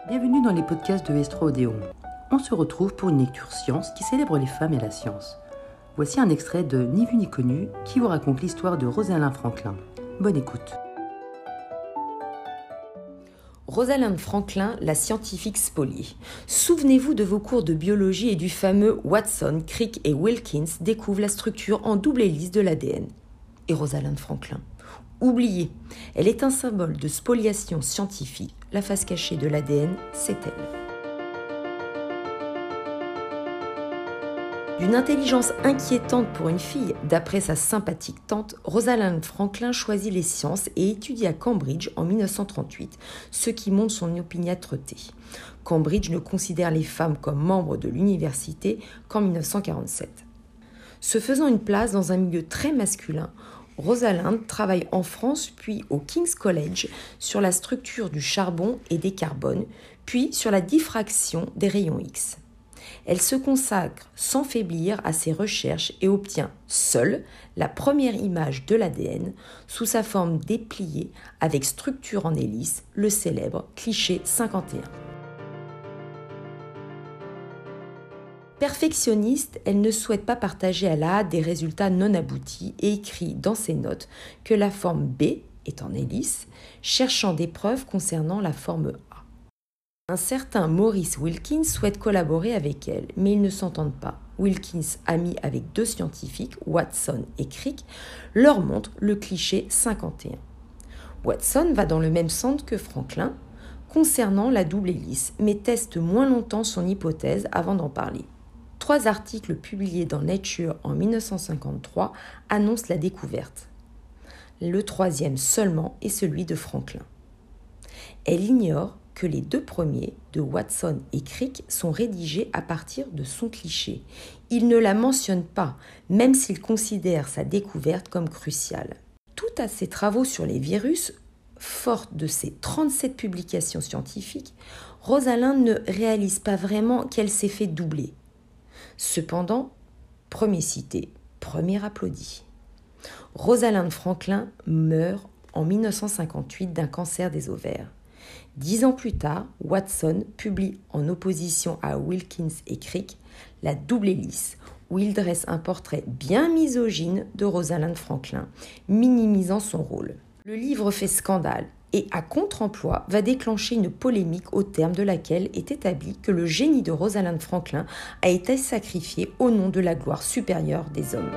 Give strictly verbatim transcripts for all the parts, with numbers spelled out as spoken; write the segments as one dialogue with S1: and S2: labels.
S1: Bienvenue dans les podcasts de Estro Odéon. On se retrouve pour une lecture science qui célèbre les femmes et la science. Voici un extrait de Ni vu ni connu qui vous raconte l'histoire de Rosalind Franklin. Bonne écoute.
S2: Rosalind Franklin, la scientifique spoliée. Souvenez-vous de vos cours de biologie et du fameux Watson, Crick et Wilkins découvrent la structure en double hélice de l'A D N. Et Rosalind Franklin, oubliée, elle est un symbole de spoliation scientifique. La face cachée de l'A D N, c'est elle. D'une intelligence inquiétante pour une fille, d'après sa sympathique tante, Rosalind Franklin choisit les sciences et étudie à Cambridge en mille neuf cent trente-huit, ce qui montre son opiniâtreté. Cambridge ne considère les femmes comme membres de l'université qu'en mille neuf cent quarante-sept. Se faisant une place dans un milieu très masculin, Rosalind travaille en France puis au King's College sur la structure du charbon et des carbones, puis sur la diffraction des rayons X. Elle se consacre sans faiblir à ses recherches et obtient seule la première image de l'A D N sous sa forme dépliée avec structure en hélice, le célèbre cliché cinquante et un. Perfectionniste, elle ne souhaite pas partager à la hâte des résultats non aboutis et écrit dans ses notes que la forme B est en hélice, cherchant des preuves concernant la forme A. Un certain Maurice Wilkins souhaite collaborer avec elle, mais ils ne s'entendent pas. Wilkins, ami avec deux scientifiques, Watson et Crick, leur montre le cliché cinquante et un. Watson va dans le même sens que Franklin concernant la double hélice, mais teste moins longtemps son hypothèse avant d'en parler. Trois articles publiés dans Nature en mille neuf cent cinquante-trois annoncent la découverte. Le troisième seulement est celui de Franklin. Elle ignore que les deux premiers, de Watson et Crick, sont rédigés à partir de son cliché. Il ne la mentionne pas, même s'il considère sa découverte comme cruciale. Tout à ses travaux sur les virus, forte de ses trente-sept publications scientifiques, Rosalind ne réalise pas vraiment qu'elle s'est fait doubler. Cependant, premier cité, premier applaudi. Rosalind Franklin meurt en mille neuf cent cinquante-huit d'un cancer des ovaires. Dix ans plus tard, Watson publie en opposition à Wilkins et Crick la double hélice, où il dresse un portrait bien misogyne de Rosalind Franklin, minimisant son rôle. Le livre fait scandale et, à contre-emploi, va déclencher une polémique au terme de laquelle est établi que le génie de Rosalind Franklin a été sacrifié au nom de la gloire supérieure des hommes.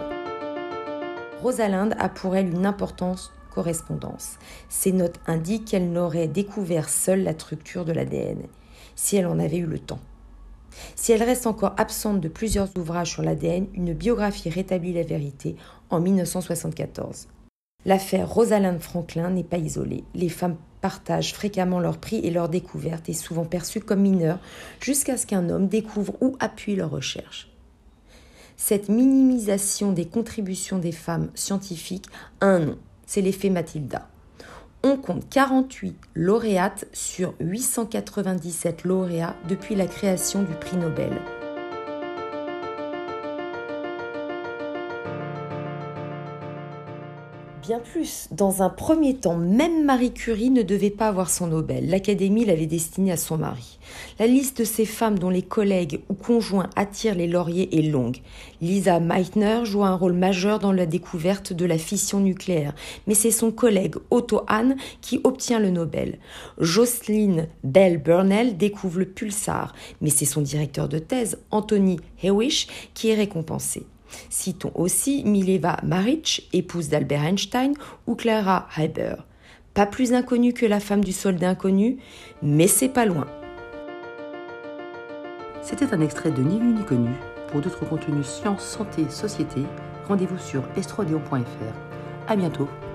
S2: Rosalind a pour elle une importance correspondance. Ses notes indiquent qu'elle n'aurait découvert seule la structure de l'A D N, si elle en avait eu le temps. Si elle reste encore absente de plusieurs ouvrages sur l'A D N, une biographie rétablit la vérité en mille neuf cent soixante-quatorze. L'affaire Rosalind Franklin n'est pas isolée. Les femmes partagent fréquemment leurs prix et leurs découvertes et souvent perçues comme mineures jusqu'à ce qu'un homme découvre ou appuie leurs recherches. Cette minimisation des contributions des femmes scientifiques a un nom. C'est l'effet Matilda. On compte quarante-huit lauréates sur huit cent quatre-vingt-dix-sept lauréats depuis la création du prix Nobel. Bien plus, dans un premier temps, même Marie Curie ne devait pas avoir son Nobel. L'Académie l'avait destiné à son mari. La liste de ces femmes dont les collègues ou conjoints attirent les lauriers est longue. Lisa Meitner joue un rôle majeur dans la découverte de la fission nucléaire, mais c'est son collègue Otto Hahn qui obtient le Nobel. Jocelyn Bell Burnell découvre le pulsar, mais c'est son directeur de thèse, Anthony Hewish, qui est récompensé. Citons aussi Mileva Maric, épouse d'Albert Einstein, ou Clara Haber. Pas plus inconnue que la femme du soldat inconnu, mais c'est pas loin.
S1: C'était un extrait de Ni vu ni connu. Pour d'autres contenus sciences, santé, société, rendez-vous sur estro odéon point f r. À bientôt.